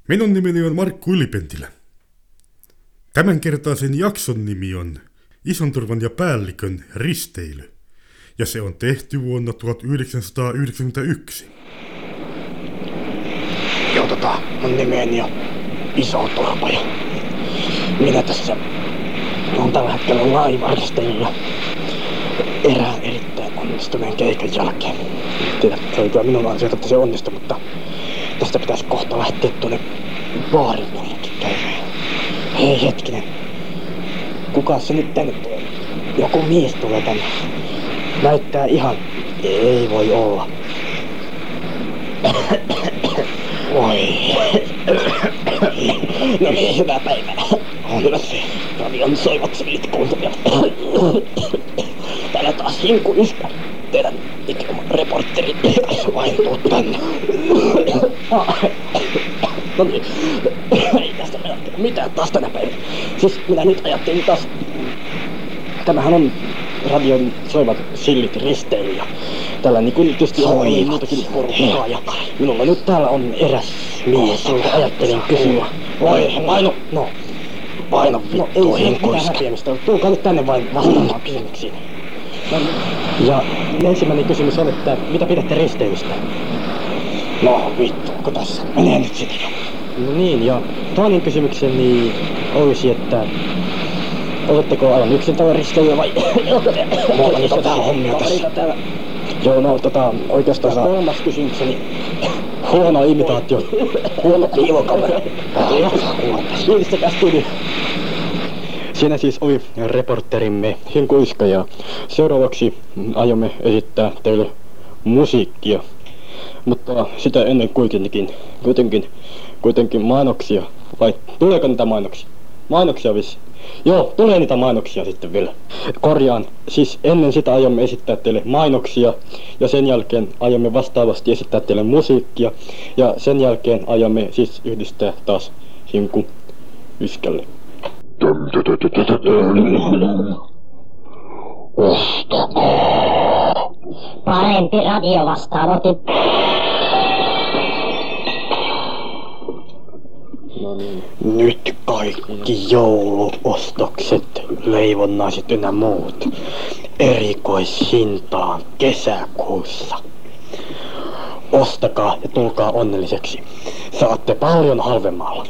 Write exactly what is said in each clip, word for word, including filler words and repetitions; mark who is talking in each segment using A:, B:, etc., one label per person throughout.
A: Minun nimeni on Markku Ylipentilä. Tämänkertaisen jakson nimi on Isonturvan ja Päällikön risteily, ja se on tehty vuonna tuhatyhdeksänsataayhdeksänkymmentäyksi.
B: Joo, tota, mun nimeni on Isoturva ja minä tässä on tällä hetkellä laivaristelijalla erään erittäin onnistuneen keikan jälkeen. Tiedä, se oli kyllä minun ansiota, että se onnistui, mutta tästä pitäisi kohta lähteä tuonne baarin puolellekin käymään. Hei hetkinen, kuka se nyt tänne tulee? Joku mies tulee tänne. Näyttää ihan... Ei voi olla. Oi. No niin, hyvää päivää. On hyvä se. Radion soivat sivilit kuuntelijat. Täällä taas Hinku Yskä. Teidän ikävä reportteri. Ei vain tuu tänne. No niin. Ei tästä mennä mitään taas tänä päivänä. Siis minä nyt ajattelin taas... Tämähän on radion soivat sillit risteily ja tällä niin kuin tietysti on muutakin porukkaa ja minulla nyt täällä on eräs mies, jonka ajattelin kysyä. Voi, paino, no, paino vittu Hinkuista. Tulkaa nyt tänne vain vastaamaan kysymyksiin. Ja ensimmäinen kysymys on, että mitä pidätte risteilystä? No vittu, onko tässä? Menee nyt sitä jo. No niin, ja toinen kysymykseni olisi, että oletteko aivan yksin tällä risteilyä vai... Mulla on tää hommia tässä. Joo, no tota, oikeastaan kolmas kysymykseni. Huono imitaatio. Huono piilokamera. Kiinnistäkää studio. Siinä siis oli reporterimme Hinku Yskä ja seuraavaksi aiomme esittää teille musiikkia. Mutta sitä ennen kuitenkin, kuitenkin, kuitenkin mainoksia. Vai tuleeko niitä mainoksia? Mainoksia vissi. Joo, tulee niitä mainoksia sitten vielä. Korjaan, siis ennen sitä aiomme esittää teille mainoksia ja sen jälkeen aiomme vastaavasti esittää teille musiikkia ja sen jälkeen aiomme siis yhdistää taas Hinku Yskälle.
C: Ostakaa! Parempi radio vastaanotin.
B: No niin. Nyt kaikki jouluostokset, leivonnaiset ynnä muut erikoishintaan kesäkuussa. Ostakaa ja tulkaa onnelliseksi. Saatte paljon halvemmalla.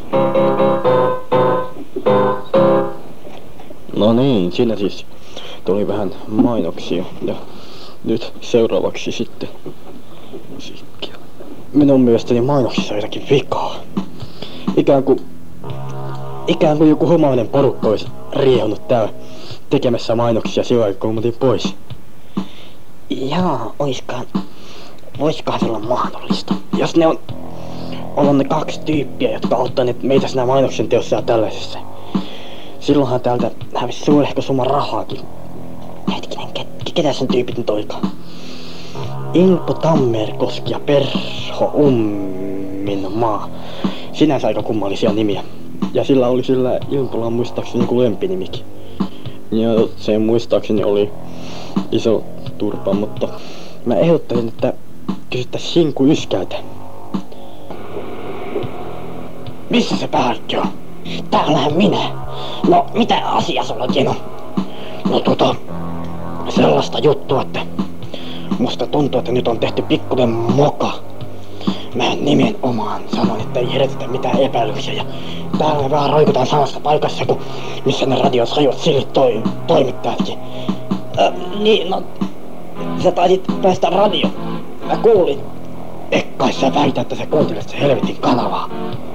B: No niin, siinä siis tuli vähän mainoksia ja nyt seuraavaksi sitten musiikkia. Minun mielestäni mainoksissa on jotakin vikaa. Ikään kuin, ikään kuin joku humalainen porukka olisi riehunut täällä tekemässä mainoksia sillä aikaa, kun mä otin pois. Jaa, oiskaan, voiskaan se olla mahdollista. Jos ne on, on ne kaksi tyyppiä, jotka auttaneet meitä siinä mainoksen teossa ja tällaisessa. Silloinhan täältä hävisi suurehko summa rahaakin. Hetkinen, ket, ketä sen tyypit nyt olikaan? Ilpo Tammerkoski ja Perho Umminmaa. Sinänsä aika kummallisia nimiä. Ja sillä oli sillä Ilpolla muistaakseni joku lempinimikin. Ja se muistaakseni oli Isoturva, mutta mä ehdottaisin, että kysyttäis Hinku Yskältä. Missä se päällikkö on? Täällähän minä. No, mitä asia sulla on? No tota, sellaista juttua, että musta tuntuu, että nyt on tehty pikkuinen moka. Mä nimenomaan sanon, että ei herätetä mitään epäilyksiä ja täällä me vähän roikutaan samassa paikassa kuin missä ne radios hajuat sillit toi, toimittajatkin. Äh, niin, no, sä taisit päästä radio. Mä kuulin. Ekkai sä väitä, että sä kuuntelet se helvetin kanavaa.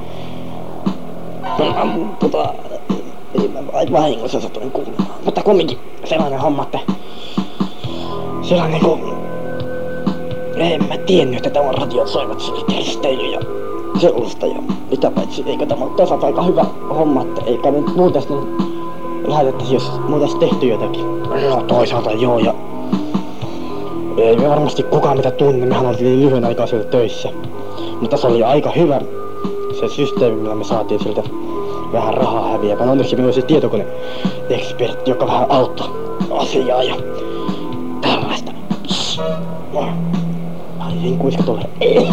B: No, mä, tota, ei mä vahingossa satuin kuulemaan. Mutta kumminkin sellainen homma, että siellä on niinku... En mä tiennyt, että tämä on radion soivat sillit risteily ja sellaista ja mitä paitsi, eikö tämä ole toisaalta aika hyvä homma, että eikä nyt muutais niin lähetettäisi, jos muutais tehty jotakin. No toisaalta joo ja ei me varmasti kukaan mitä tunne, mehän oltiin lyhyen aikaa siellä töissä. Mutta se oli aika hyvä se systeemi, millä me saatiin sieltä vähän rahaa häviämään. Onneksi minulla oli se tietokoneekspertti, joka vähän auttoi asiaa ja tällaista. Hinkuiska tulee.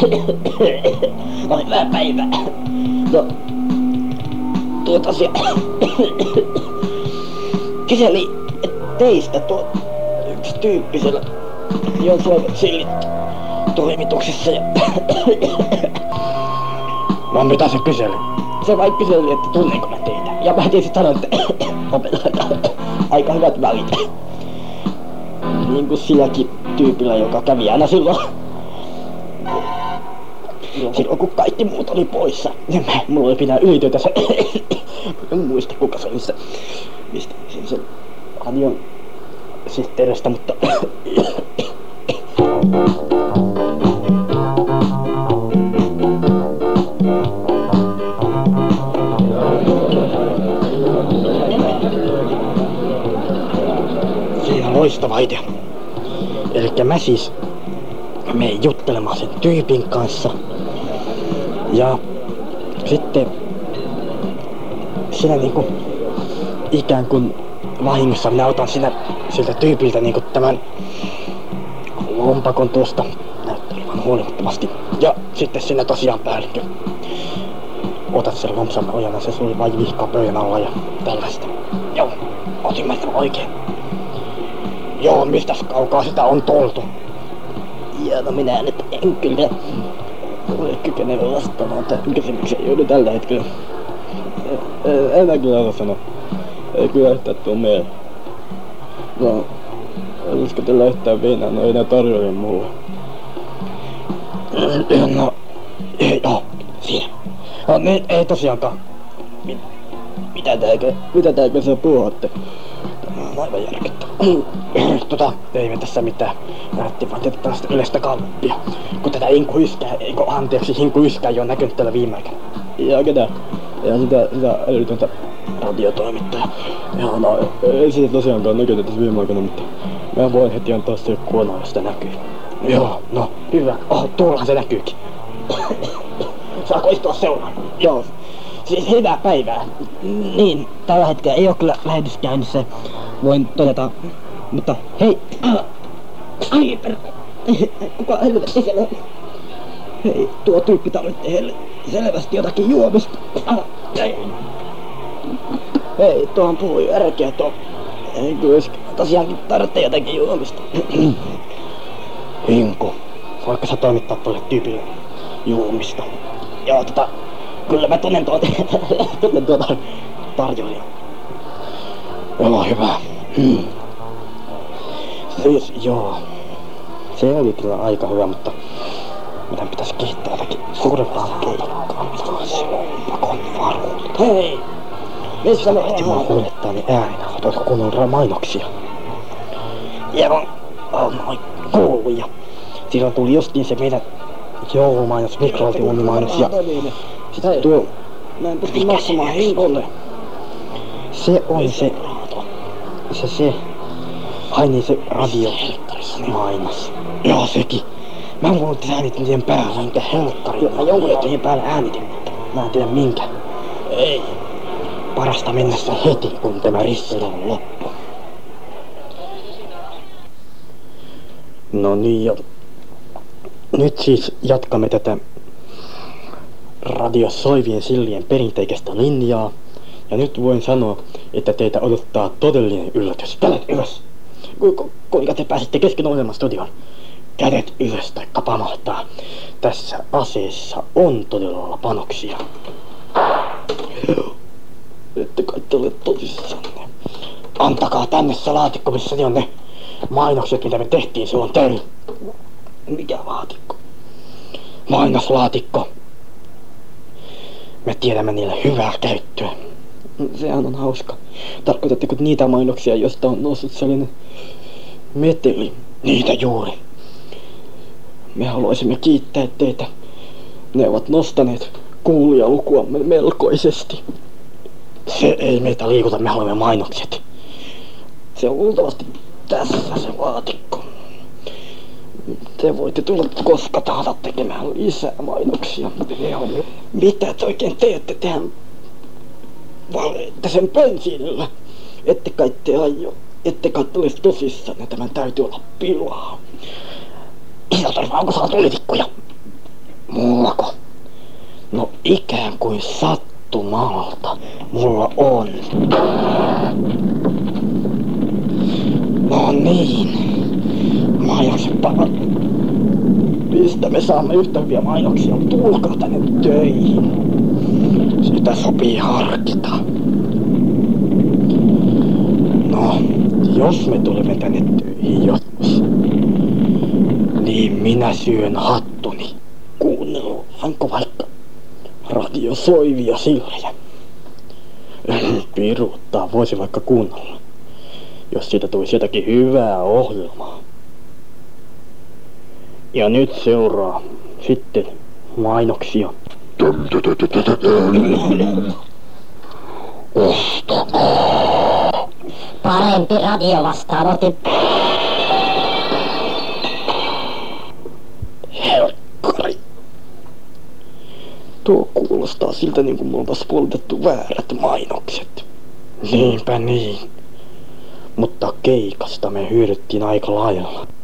B: No hyvää päivää. No, tuota asia. Kyseli teistä tuo yksi tyyppi siellä Jon Soivat Sillit toimituksessa ja... No mitä se kyseli? Se vain kyseli, että tunnenko mä teitä. Ja mä tietysti sanoin, että opetetaan aika hyvät välit. Niin kuin silläkin tyypillä, joka kävi aina silloin. Silloin kun kaikki muut oli poissa. Ja mä, mulla oli pitää ylityötä se... En muista kuka se oli se... Mistä se, se radion sihteeristä, mutta... Siinä on loistava idea. Elikkä mä siis menen juttelemaan sen tyypin kanssa. Ja sitten siinä niinku ikään kuin vahingossa minä otan sinä, siltä tyypiltä niinku tämän lompakon tuosta. Näyttää olevan huolimattomasti. Ja sitten sinä tosiaan päällikkö. Otat sen lompsan ojana, se suli vain vihkaa pöydän alla ja tällaista. Joo, otin mä sitä oikein. Joo, mistäs kaukaa sitä on tuoltu? Ja no minä nyt en kyllä ole kykenevä vastaamaan tämän kysymykseen juuri tällä hetkellä. En mä kyllä osaa sanoa. Ei kyllä yhtään tuu mieleen. No, olisiko teillä yhtään viinaa? No ei nää tarjoile mulle. No, ei oo, siinä. No niin, ei tosiaankaan. Mit, mitä tääkö, mitä tääkö sä puhutte? Tämä on aivan järkyttävä. Tota, ei me tässä mitään. Näytti vaan tätä tällaista yleistä kalppia. Kun tätä Hinku Yskää, eikö anteeksi, Hinku Yskää ei oo näkynyt täällä viime aikana. Ja ketä? Ja sitä, sitä älytöntä radiotoimittajaa. Joo, no, ei sitä tosiaankaan näkynyt tässä viime aikana, mutta mä voin heti antaa se kuonoa, jos sitä näkyy. Joo, no, hyvä. Oh, tuollahan se näkyykin. Saako istua seuraan? Joo. Siis hyvää päivää. Niin, tällä hetkellä ei oo kyllä lähetys käynnissä. Voin todeta. Mutta hei. Ai per... Kuka helvetti siellä on? Hei, tuo tyyppi tarvitsee helle selvästi jotakin juomista. Hei, tuohan puhui ärkeä tuo. Ei kyllä tosiaankin tarvitsee jotakin juomista. Hinku, voitko sä toimittaa tuolle tyypille juomista? Joo, tota... Kyllä mä tunnen tuota... tunnen tuota... tarjoilija. Joo, hyvä. Hmm. Siis, joo. Se oli kyllä aika hyvä, mutta... Meidän pitäis kehittää jotakin suurempaa keikkaa. Mikä on se lompakon varuuta? Hei! Missä me ehti mua huulettaa niin ääninä? Otoitko kunnon mainoksia? Joo, on noin kuuluja. Silloin tuli justiin se meidän joulumainos, mikroaltiuunimainos ja... Sitten tuo... Mä en pysty maksamaan Hinkulle. Se on se... Se se... Ai niin se radiomainos. Joo sekin. Mä en voinut äänitin niiden päällä. Minkä helkkari. Mä jonkun niiden päällä äänitin, mutta mä en tiedä minkä. Ei. Parasta mennessä heti, kun tämä risteily on loppu. No niin, ja... Nyt siis jatkamme tätä Radio Soivien Sillien perinteikästä linjaa. Ja nyt voin sanoa, että teitä odottaa todellinen yllätys. Kädet ylös! Ku, ku, kuinka te pääsitte kesken ohjelman studioon? Kädet ylös taikka pamahtaa. Tässä aseessa on todella panoksia. Ette kai te ole tosissanne. Antakaa tänne se laatikko, missä on ne mainokset, mitä me tehtiin silloin teille. Mikä laatikko? Mainoslaatikko. Me tiedämme niille hyvää käyttöä. Sehän on hauska. Tarkoitatteko niitä mainoksia, joista on noussut sellainen meteli? Niitä juuri. Me haluaisimme kiittää teitä. Ne ovat nostaneet kuulijalukuamme melkoisesti. Se ei meitä liikuta, me haluamme mainokset. Se on luultavasti tässä se laatikko. Te voitte tulla koska tahda tekemään lisää mainoksia. Mitä te oikein teette? Tehän valette sen bensiinillä. Ette kai te aio. Ette kai te olisi tosissanne. Tämän täytyy olla pilaa. Isoturva, onko sulla tulitikkuja? Mullako? No ikään kuin sattumalta. Mulla on. No niin. Mainoksepa. Mistä me saamme yhtä hyviä mainoksia? Tulkaa tänne töihin. Sitä sopii harkita. No, jos me tulemme tänne töihin joskus, niin minä syön hattuni. Kuunnellaanko vaikka Radio Soivia Sillejä? Piruuttaa, voisi vaikka kuunnella, jos siitä tulisi jotakin hyvää ohjelmaa. Ja nyt seuraa sitten mainoksia.
C: Ostakaa! Parempi radiovastaanotin.
B: Helkkari. Tuo kuulostaa siltä niin kuin me oltais poltettu väärät mainokset. Niinpä niin. Mutta keikasta me hyödyttiin aika lailla.